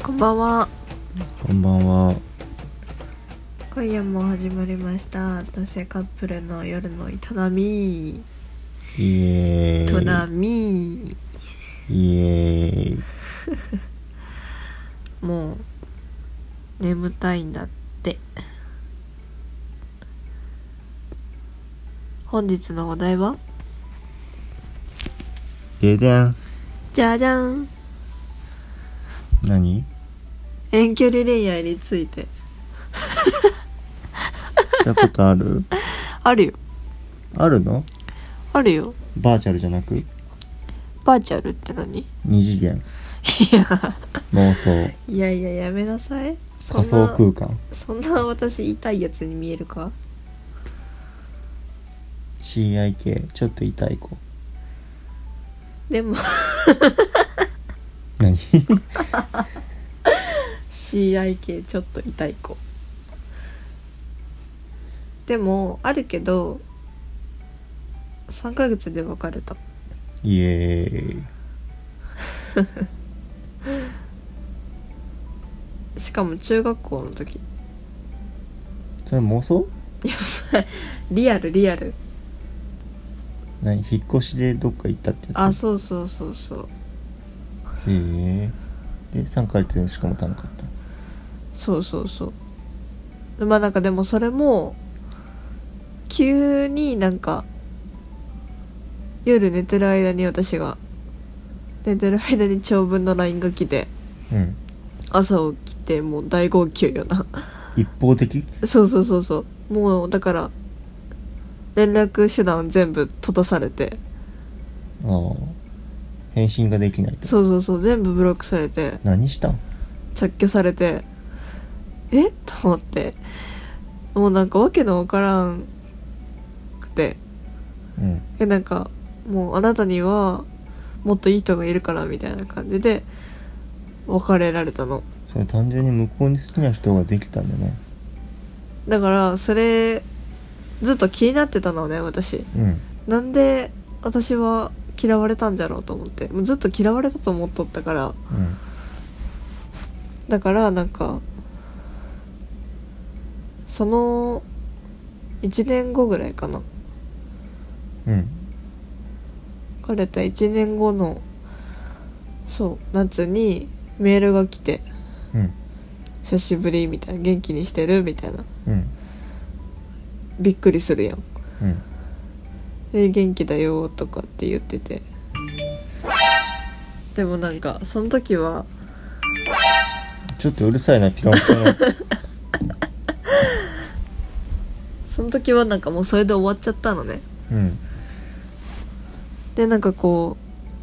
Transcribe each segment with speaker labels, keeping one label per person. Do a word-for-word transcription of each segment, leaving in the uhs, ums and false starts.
Speaker 1: こんばんは。
Speaker 2: こんばんは。
Speaker 1: 今夜も始まりました男性カップルの夜の営み。
Speaker 2: イエーイ。
Speaker 1: 営み。
Speaker 2: イエーイ。
Speaker 1: もう眠たいんだって。本日のお題は
Speaker 2: ででん。
Speaker 1: じゃじゃん。
Speaker 2: 何？
Speaker 1: 遠距離恋愛について。
Speaker 2: したことある？
Speaker 1: あるよ。
Speaker 2: あるの？
Speaker 1: あるよ。
Speaker 2: バーチャルじゃなく？
Speaker 1: バーチャルって何？
Speaker 2: 二次元。
Speaker 1: いや
Speaker 2: 妄想。
Speaker 1: いやいややめなさい。
Speaker 2: 仮想空間。
Speaker 1: そんな私痛いやつに見えるか？
Speaker 2: シーアイケー ちょっと痛い子。
Speaker 1: でも
Speaker 2: 何？
Speaker 1: シーアイケー ちょっと痛い子。でもあるけどさんかげつで別れた。
Speaker 2: イエーイ。
Speaker 1: しかも中学校の時。
Speaker 2: それ妄想？
Speaker 1: リアルリアル。
Speaker 2: 何？引っ越しでどっか行ったってやつ？
Speaker 1: あ、そうそうそうそう。
Speaker 2: へえ。でさんかげつしか持たなかった。
Speaker 1: そうそうそう。まあなんかでもそれも急になんか夜寝てる間に私が寝てる間に長文の ライン が来て、
Speaker 2: うん。
Speaker 1: 朝起きてもう大号泣よな。
Speaker 2: 一方的？
Speaker 1: そうそうそうそう。もうだから連絡手段全部閉ざされて、
Speaker 2: ああ。返信ができないと。
Speaker 1: そうそうそう、全部ブロックされて
Speaker 2: 何したん？
Speaker 1: 着去されて、えっと思って、もうなんかわけのわからんくて、
Speaker 2: うん。
Speaker 1: えなんかもうあなたにはもっといい人がいるからみたいな感じで別れられたの。
Speaker 2: それ単純に向こうに好きな人ができたんだね。
Speaker 1: だからそれずっと気になってたのね私。
Speaker 2: うん。
Speaker 1: なんで私は嫌われたんじゃろうと思って、もうずっと嫌われたと思っとったから、
Speaker 2: うん。
Speaker 1: だからなんかそのいちねんごぐらいかな、
Speaker 2: うん。
Speaker 1: 別れたいちねんごのそう夏にメールが来て、
Speaker 2: うん。
Speaker 1: 久しぶりみたいな、元気にしてるみたいな。
Speaker 2: うん。
Speaker 1: びっくりするやん。
Speaker 2: うん
Speaker 1: で元気だよとかって言ってて、でもなんかその時は
Speaker 2: ちょっとうるさいなピロンピロン。
Speaker 1: その時はなんかもうそれで終わっちゃったのね。
Speaker 2: うん。
Speaker 1: でなんかこ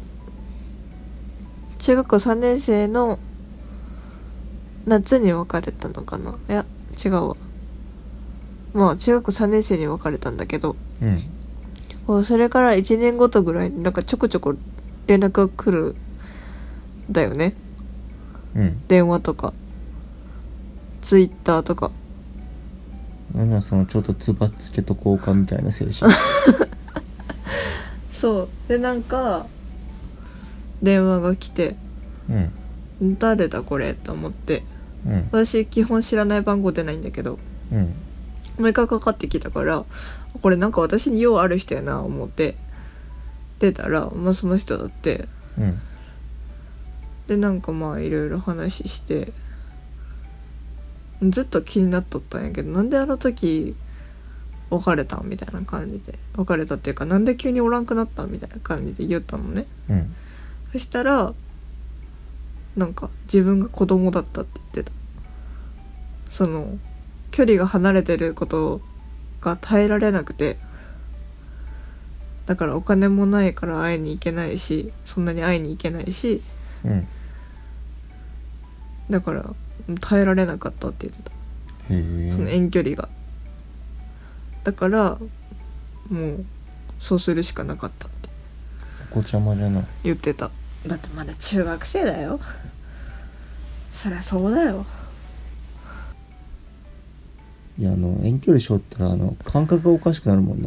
Speaker 1: う中学校さんねん生の夏に別れたのかな、いや違うわ、まあ中学校さんねん生に別れたんだけど、
Speaker 2: うん。
Speaker 1: こうそれからいちねんごとぐらいになんかちょこちょこ連絡が来るんだよね。
Speaker 2: うん。
Speaker 1: 電話とかツイッターとか。
Speaker 2: なんだそのちょっとつばつけと交換みたいな精神。
Speaker 1: そうでなんか電話が来て、
Speaker 2: うん。
Speaker 1: 誰だこれと思って、
Speaker 2: うん。
Speaker 1: 私基本知らない番号出ないんだけど、
Speaker 2: うん。
Speaker 1: 毎回かかってきたから、これなんか私に用ある人やな思って出たら、まあその人だって、
Speaker 2: うん。
Speaker 1: でなんかまあいろいろ話してずっと気になっとったんやけど、なんであの時別れたんみたいな感じで、別れたっていうかなんで急におらんくなったんみたいな感じで言ったのね。
Speaker 2: うん。
Speaker 1: そしたらなんか自分が子供だったって言ってた。その距離が離れてることが耐えられなくて、だからお金もないから会いに行けないし、そんなに会いに行けないし、
Speaker 2: うん。
Speaker 1: だから耐えられなかったって言ってた。
Speaker 2: へえ。
Speaker 1: その遠距離が。だからもうそうするしかなかったって
Speaker 2: お子ちゃまじゃない。
Speaker 1: 言ってた。だってまだ中学生だよ。そりゃそうだよ。
Speaker 2: いやあの遠距離しよったらあの感覚がおかしくなるもんな。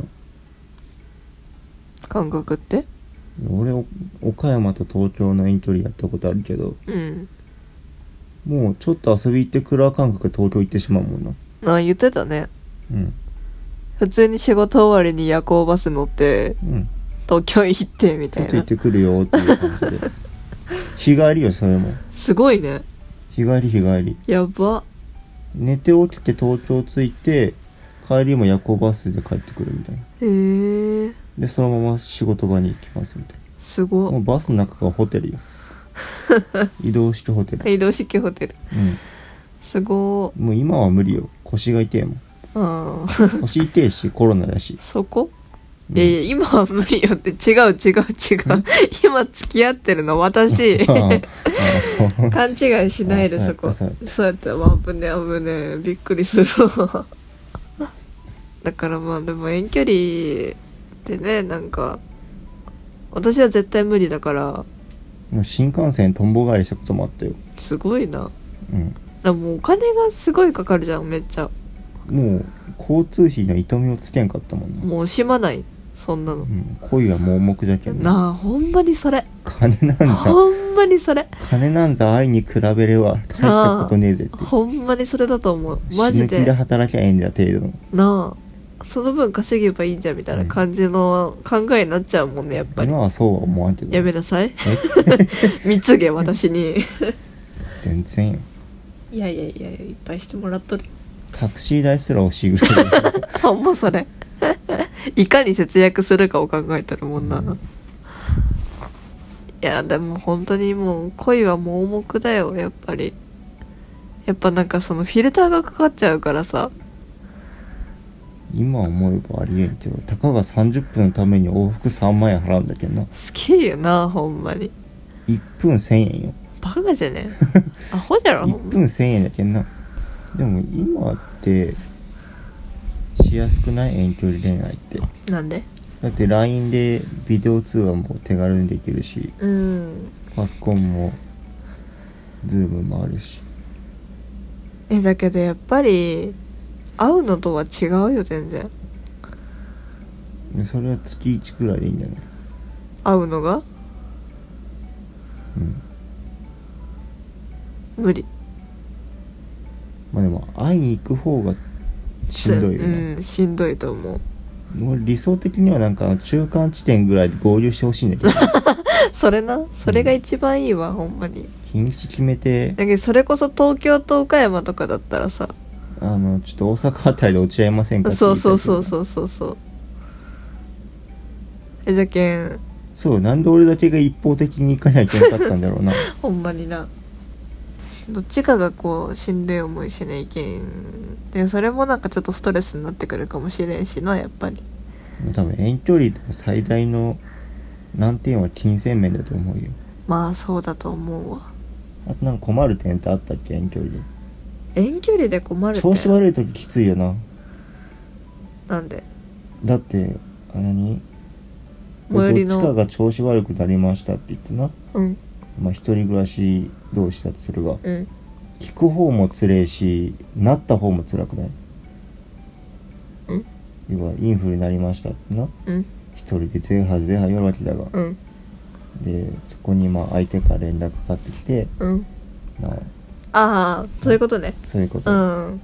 Speaker 1: 感覚って？
Speaker 2: 俺岡山と東京の遠距離やったことあるけど、
Speaker 1: うん
Speaker 2: もうちょっと遊び行ってクラー感覚で東京行ってしまうもんな。
Speaker 1: あ、言ってたね。
Speaker 2: うん
Speaker 1: 普通に仕事終わりに夜行バス乗って
Speaker 2: うん
Speaker 1: 東京行ってみたいな。
Speaker 2: ちょっと行ってくるよっていう感じで日帰りよ。それも
Speaker 1: すごいね。
Speaker 2: 日帰り日帰り。
Speaker 1: やば。
Speaker 2: 寝て起きて東京着いて帰りも夜行バスで帰ってくるみたいな。
Speaker 1: へえ。
Speaker 2: でそのまま仕事場に行きますみたい
Speaker 1: す
Speaker 2: な。も
Speaker 1: ご。
Speaker 2: うバスの中がホテルよ移動式ホテル。
Speaker 1: 移動式ホテル。
Speaker 2: うん
Speaker 1: すご
Speaker 2: もう今は無理よ。腰が痛いもん。
Speaker 1: ー。うん。
Speaker 2: 腰痛いしコロナだし。
Speaker 1: そこ、
Speaker 2: うん
Speaker 1: いやいや、今は無理よって。違う違う違う。今付き合ってるの私。
Speaker 2: あああそう
Speaker 1: 勘違いしないで
Speaker 2: あ
Speaker 1: そこ。
Speaker 2: そうやった
Speaker 1: そうやったわ。危ね危ね。びっくりするわ。だからまあでも遠距離ってね、なんか、私は絶対無理だから、
Speaker 2: でも新幹線とんぼ返りしたこともあったよ。
Speaker 1: すごいな。
Speaker 2: うん
Speaker 1: でももうお金がすごいかかるじゃん、めっちゃ。
Speaker 2: もう交通費には糸目をつけんかったもんな。
Speaker 1: もう惜しまない。そんなの。
Speaker 2: うん、恋は盲目じゃけん
Speaker 1: なあ、ほんまにそれ。
Speaker 2: 金なんざ
Speaker 1: ほんまにそれ。
Speaker 2: 金なんざ愛に比べれば大したことねえぜって。
Speaker 1: ほんまにそれだと思う。マジ
Speaker 2: 死ぬ気で
Speaker 1: で。
Speaker 2: 働きゃええんだよ程度の。
Speaker 1: なあ、その分稼げばいいんじゃんみたいな感じの考えになっちゃうもんね、やっぱり。
Speaker 2: 今はそうは思わんけど。
Speaker 1: やめなさい。貢げ、私に。
Speaker 2: 全然よ。
Speaker 1: いやいやいやいや、いっぱいしてもらっとる。
Speaker 2: タクシー代すら惜しいぐらい。
Speaker 1: ほんまそれ。いかに節約するかを考えてるもんな。
Speaker 2: うん
Speaker 1: いや、でも本当にもう恋は盲目だよ、やっぱり。やっぱなんかそのフィルターがかかっちゃうからさ。
Speaker 2: 今思えばありえんけど、たかがさんじゅっぷんのために往復さんまんえん払うんだけどな。
Speaker 1: 好きよな、ほんまに。
Speaker 2: いっぷんせんえんよ。
Speaker 1: バカじゃねアホじゃろ、
Speaker 2: 1
Speaker 1: ほんま。
Speaker 2: 分せんえんだけどな。でも今ってしやすくない？遠距離恋愛って。
Speaker 1: なんで？
Speaker 2: だって ライン でビデオ通話も手軽にできるし、
Speaker 1: うん。
Speaker 2: パソコンも Zoom もあるし。
Speaker 1: え、だけどやっぱり会うのとは違うよ、全然。
Speaker 2: それは月いちくらいでいいんじゃない？
Speaker 1: 会うのが
Speaker 2: うん
Speaker 1: 無理。
Speaker 2: まあでも会いに行く方がしんどいよな。
Speaker 1: うん、しんどいと思う。
Speaker 2: もう理想的にはなんか中間地点ぐらいで合流してほしいんだけど
Speaker 1: それな、それが一番いいわ、ほんまに。
Speaker 2: 日にち決めて、
Speaker 1: だけどそれこそ東京と岡山とかだったらさ、
Speaker 2: あのちょっと大阪あたりで落ち合いませんかって言
Speaker 1: そ
Speaker 2: いうたけど
Speaker 1: そうそうそうそうそう。え、じゃけん
Speaker 2: そう、なんで俺だけが一方的に行かなきゃいけなかったんだろうな
Speaker 1: ほんまにな、どっちかがこうしんどい思いしないけんで、それもなんかちょっとストレスになってくるかもしれんしな、やっぱり。
Speaker 2: 多分遠距離の最大の難点は金銭面だと思うよ。
Speaker 1: まあそうだと思うわ。
Speaker 2: あとなんか困る点ってあったっけ？遠距離で
Speaker 1: 遠距離で困るって
Speaker 2: 調子悪い時きついよな。
Speaker 1: なんで？
Speaker 2: だってあ何
Speaker 1: 最寄りの
Speaker 2: どっちかが調子悪くなりましたって言ってな、
Speaker 1: うん
Speaker 2: まあ一人暮らし同士だとするが、
Speaker 1: うん
Speaker 2: 聞く方もつれえしなった方も辛くない？
Speaker 1: うん
Speaker 2: 要はインフルになりましたってな、
Speaker 1: うん
Speaker 2: 一人でゼーハゼーハ言うわけだが、
Speaker 1: うん
Speaker 2: でそこにまあ相手から連絡かかってきて、
Speaker 1: うん
Speaker 2: まあ
Speaker 1: ああ、そういうことね。
Speaker 2: そういうこと、
Speaker 1: うん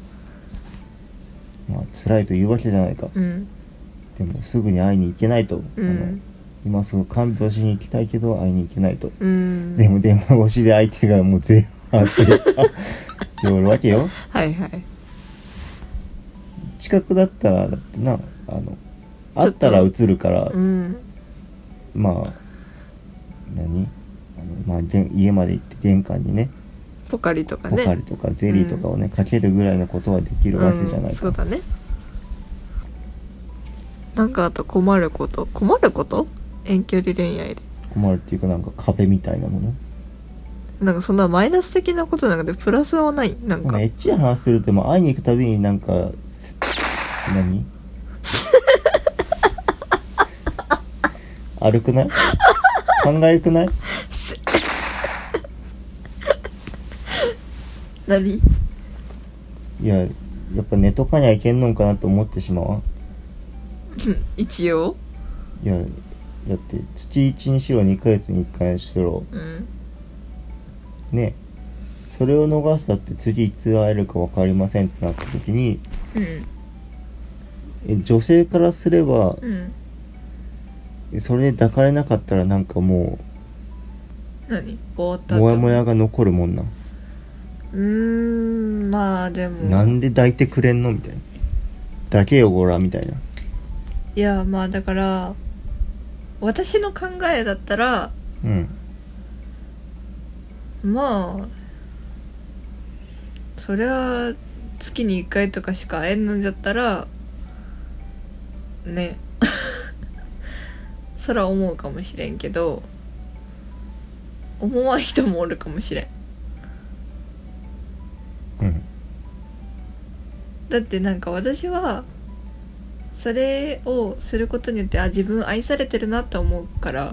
Speaker 2: まあ辛いというわけじゃないか。
Speaker 1: うん
Speaker 2: でもすぐに会いに行けないと、
Speaker 1: うん
Speaker 2: あの今すぐ看病しに行きたいけど会いに行けないと、
Speaker 1: うん
Speaker 2: でも電話越しで相手がもうゼーハゼーハ言おるわけよ。
Speaker 1: はいはい。
Speaker 2: 近くだったらだってな、あの会ったら映るから、
Speaker 1: うん
Speaker 2: まあ何あの、まあ、で家まで行って玄関にね
Speaker 1: ポカリとか
Speaker 2: ポ
Speaker 1: ね。
Speaker 2: カリとかゼリーとかをね、かけるぐらいのことはできるわけじゃない
Speaker 1: うん、そう
Speaker 2: か。
Speaker 1: だね。なんかあと困ること困ること遠距離恋愛で
Speaker 2: 困るっていうかなんか壁みたいなもの。
Speaker 1: なんかそんなマイナス的なことなんかでプラスはない。なんか
Speaker 2: エッチな話するとも会いに行くたびになんかす何歩くない考えるくない
Speaker 1: 何
Speaker 2: いややっぱ寝とかにはいけんのんかなと思ってしまうわ。
Speaker 1: 一応
Speaker 2: いやだって月いちにしろにかげつにいっかいにしろ
Speaker 1: うん
Speaker 2: ね、そそれを逃したって次いつ会えるか分かりませんってなった時に、
Speaker 1: うん
Speaker 2: え女性からすれば、
Speaker 1: うん
Speaker 2: それで抱かれなかったらなんかも
Speaker 1: 何ぼーっと
Speaker 2: うモヤモヤが残るもんな。
Speaker 1: うーんまあでも
Speaker 2: なんで抱いてくれんのみたいな、だけよごらみたいな。
Speaker 1: いやまあだから私の考えだったら
Speaker 2: うん
Speaker 1: まあそりゃ月にいっかいとかしか会えんのんじゃったらねそら思うかもしれんけど思わん人もおるかもしれん。
Speaker 2: うん
Speaker 1: だってなんか私はそれをすることによってあ自分愛されてるなって思うから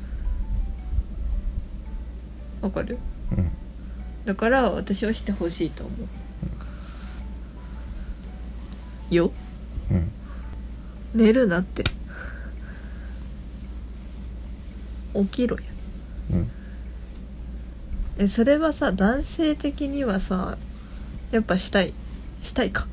Speaker 1: わかる。
Speaker 2: うん
Speaker 1: だから私はしてほしいと思うよ。
Speaker 2: うん
Speaker 1: 寝るなって起きろや。
Speaker 2: うん
Speaker 1: えそれはさ男性的にはさやっぱしたいしたいか。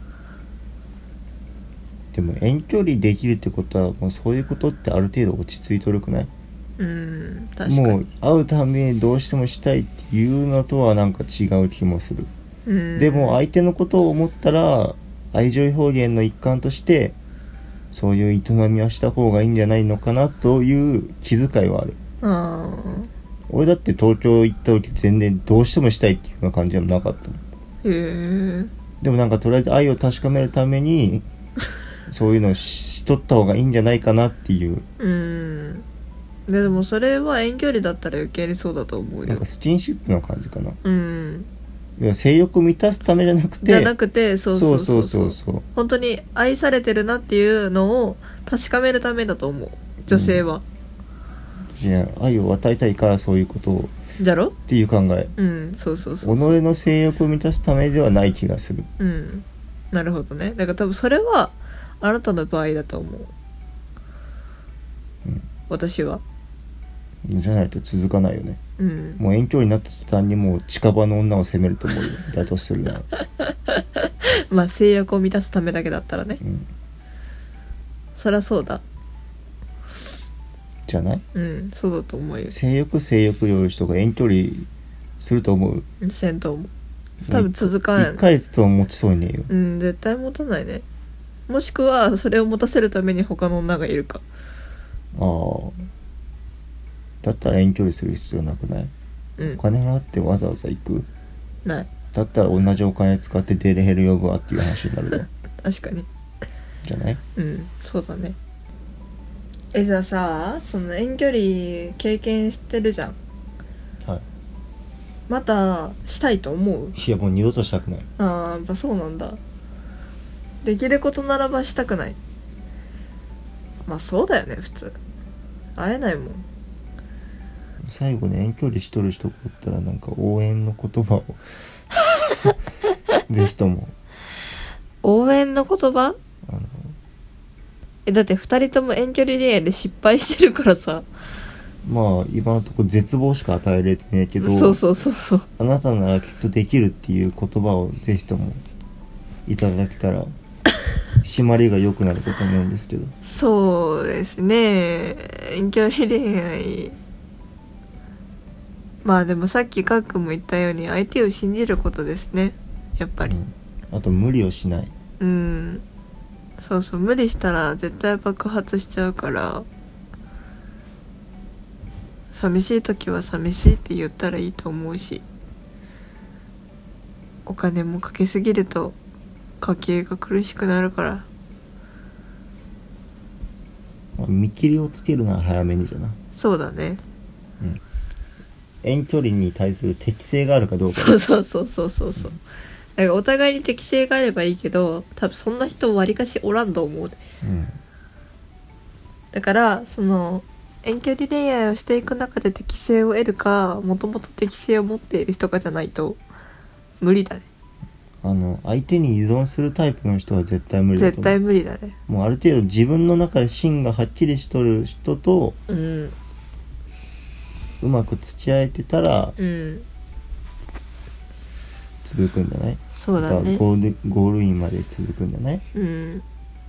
Speaker 2: でも遠距離できるってことはもうそういうことってある程度落ち着いとるくない？
Speaker 1: うーん確かに。
Speaker 2: もう会うためにどうしてもしたいっていうのとはなんか違う気もする。
Speaker 1: うーん
Speaker 2: でも相手のことを思ったら愛情表現の一環としてそういう営みはした方がいいんじゃないのかなという気遣いはある。
Speaker 1: あ
Speaker 2: 俺だって東京行った時全然どうしてもしたいっていうような感じはなかったもん。
Speaker 1: ーへえ
Speaker 2: でもなんかとりあえず愛を確かめるためにそういうのをしとった方がいいんじゃないかなっていう。
Speaker 1: うーんで, でもそれは遠距離だったら余計にそうだと思うよ。
Speaker 2: なんかスキンシップの感じかな。
Speaker 1: うん
Speaker 2: いや性欲を満たすためじゃなくて
Speaker 1: じゃなくてそうそうそうそう
Speaker 2: そうそうそう
Speaker 1: 本当に愛されてるなっていうのを確かめるためだと思う女性は、
Speaker 2: いや愛を与えたいからそういうことを
Speaker 1: じゃろ。
Speaker 2: っていう考え。
Speaker 1: うんそうそう
Speaker 2: 己
Speaker 1: そうそう
Speaker 2: の性欲を満たすためではない気がする。
Speaker 1: うんなるほどね。だから多分それはあなたの場合だと思う、
Speaker 2: うん、
Speaker 1: 私は。
Speaker 2: じゃないと続かないよね。
Speaker 1: うん
Speaker 2: もう遠距離になった途端にもう近場の女を責めると思うよだとするなら
Speaker 1: まあ制約を満たすためだけだったらね、
Speaker 2: うん、
Speaker 1: そりゃそうだ。
Speaker 2: じゃない？
Speaker 1: うんそうだと思うよ。
Speaker 2: 性欲性欲よる人が遠距離すると思う？
Speaker 1: せんと思う。多分続かんや
Speaker 2: いっかげつとは持ちそうにねえよ。
Speaker 1: うん絶対持たないね。もしくはそれを持たせるために他の女がいるか。
Speaker 2: ああだったら遠距離する必要なくない？
Speaker 1: うん
Speaker 2: お金払ってわざわざ行く？
Speaker 1: ない。
Speaker 2: だったら同じお金使ってデレヘル呼ぶわっていう話になるわ
Speaker 1: 確かに。
Speaker 2: じゃない？
Speaker 1: うんそうだね。えじゃあさその遠距離経験してるじゃん。
Speaker 2: はい
Speaker 1: またしたいと思う？
Speaker 2: いやもう二度としたくない。
Speaker 1: ああやっぱそうなんだ。できることならばしたくない。まあそうだよね普通会えないもん。
Speaker 2: 最後に遠距離しとる人がおったらなんか応援の言葉をぜひとも
Speaker 1: 応援の言葉？
Speaker 2: あの
Speaker 1: えだって二人とも遠距離恋愛で失敗してるからさ。
Speaker 2: まあ今のところ絶望しか与えられてねえけど、
Speaker 1: そうそうそうそう
Speaker 2: あなたならきっとできるっていう言葉をぜひともいただけたら締まりが良くなるかと思うんですけど。
Speaker 1: そうですね遠距離恋愛まあでもさっきカックも言ったように相手を信じることですねやっぱり。
Speaker 2: うん、あと無理をしない。
Speaker 1: うんそうそう無理したら絶対爆発しちゃうから寂しい時は寂しいって言ったらいいと思うし、お金もかけすぎると家計が苦しくなるから。
Speaker 2: まあ見切りをつけるなら早めにじゃな。
Speaker 1: そうだね。
Speaker 2: うん遠距離に対する適性があるかどうか。
Speaker 1: そうそうそうそうそうそう、うん、だからお互いに適性があればいいけど多分そんな人わりかしおらんと思う、
Speaker 2: うん、
Speaker 1: だからその遠距離恋愛をしていく中で適性を得るかもともと適性を持っている人かじゃないと無理だね。
Speaker 2: あの相手に依存するタイプの人は絶対無理だと思う。
Speaker 1: 絶対無理だね。
Speaker 2: もうある程度自分の中で芯がはっきりしとる人と
Speaker 1: うん
Speaker 2: うまく付き合えてたら、
Speaker 1: うん
Speaker 2: 続くんじゃない？
Speaker 1: そうだね。
Speaker 2: ゴールゴールインまで続くんじゃない？
Speaker 1: うん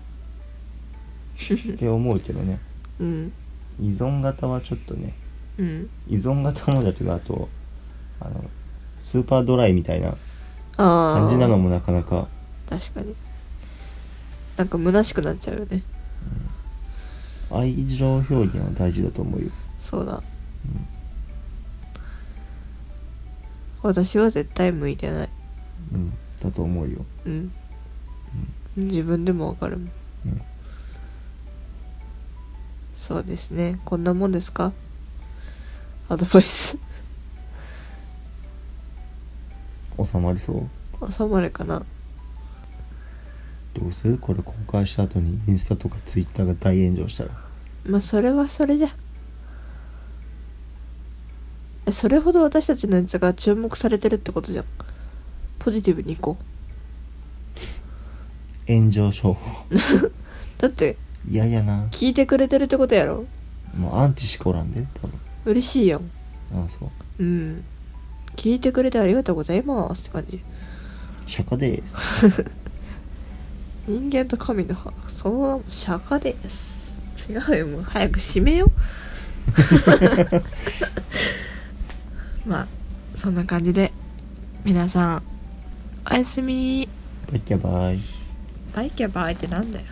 Speaker 2: って思うけどね。
Speaker 1: うん
Speaker 2: 依存型はちょっとね、
Speaker 1: うん
Speaker 2: 依存型もだけど、あとあのスーパードライみたいな
Speaker 1: あ
Speaker 2: 感じなのもなかなか。
Speaker 1: 確かになんか虚しくなっちゃうよね。
Speaker 2: 愛情表現は大事だと思うよ。
Speaker 1: そうだ、うん、私は絶対向いてない。
Speaker 2: うんだと思うよ。
Speaker 1: うん、うん、自分でもわかるもん、
Speaker 2: うん、
Speaker 1: そうですね。こんなもんですか？アドバイス
Speaker 2: 収まりそう？
Speaker 1: 収まるかな。
Speaker 2: どうする？これ公開した後にインスタとかツイッターが大炎上したら。
Speaker 1: まあそれはそれじゃ。えそれほど私たちのやつが注目されてるってことじゃん。ポジティブにいこ
Speaker 2: う。炎上商法
Speaker 1: だって
Speaker 2: 嫌やな。
Speaker 1: 聞いてくれてるってことやろ。
Speaker 2: もうアンチしかおらんで多分。
Speaker 1: 嬉しいやん。
Speaker 2: ああそう
Speaker 1: うん聞いてくれてありがとうございますって感じ。
Speaker 2: 釈迦でーす
Speaker 1: 人間と神の歯、その名も釈迦です。違うよ、もう早く閉めよまあそんな感じで皆さんおやすみ。
Speaker 2: バイキャバイ。
Speaker 1: バイキャバイってなんだよ。